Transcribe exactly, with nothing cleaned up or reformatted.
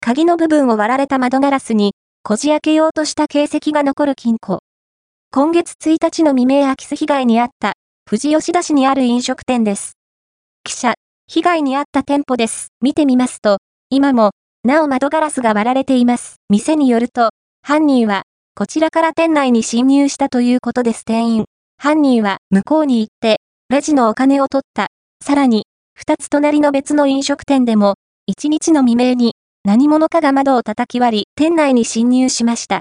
鍵の部分を割られた窓ガラスに、こじ開けようとした形跡が残る金庫。今月ついたちの未明空き巣被害に遭った、富士吉田市にある飲食店です。記者、被害に遭った店舗です。見てみますと、今も、なお窓ガラスが割られています。店によると、犯人は、こちらから店内に侵入したということです。店員。犯人は、向こうに行って、レジのお金を取った。さらに、二つ隣の別の飲食店でも、一日の未明に、何者かが窓を叩き割り、店内に侵入しました。